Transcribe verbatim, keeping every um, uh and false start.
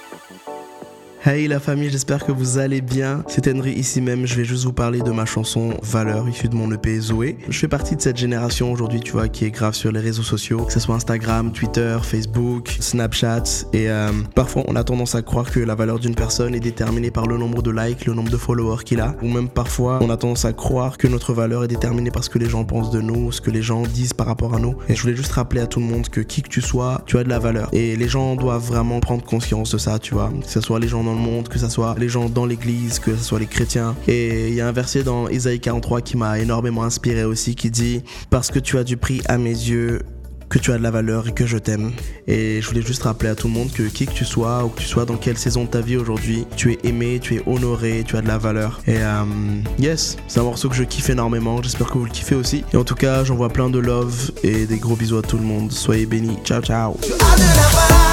Hey la famille, j'espère que vous allez bien. C'est Henry ici même, je vais juste vous parler de ma chanson Valeur, issue de mon E P Zoé. Je fais partie de cette génération aujourd'hui, tu vois, qui est grave sur les réseaux sociaux, que ce soit Instagram, Twitter, Facebook, Snapchat. Et euh, parfois on a tendance à croire que la valeur d'une personne est déterminée par le nombre de likes, le nombre de followers qu'il a. Ou même parfois on a tendance à croire que notre valeur est déterminée par ce que les gens pensent de nous, ce que les gens disent par rapport à nous. Et je voulais juste rappeler à tout le monde que qui que tu sois, tu as de la valeur. Et les gens doivent vraiment prendre conscience de ça, tu vois. Que ce soit les gens dans le monde, que ce soit les gens dans l'église, que ce soit les chrétiens. Et il y a un verset dans Isaïe quarante-trois qui m'a énormément inspiré aussi, qui dit « Parce que tu as du prix à mes yeux, que tu as de la valeur et que je t'aime ». Et je voulais juste rappeler à tout le monde que qui que tu sois, ou que tu sois dans quelle saison de ta vie aujourd'hui, tu es aimé, tu es honoré, tu as de la valeur. Et euh, yes, c'est un morceau que je kiffe énormément, j'espère que vous le kiffez aussi. Et en tout cas, j'envoie plein de love et des gros bisous à tout le monde. Soyez bénis, ciao ciao.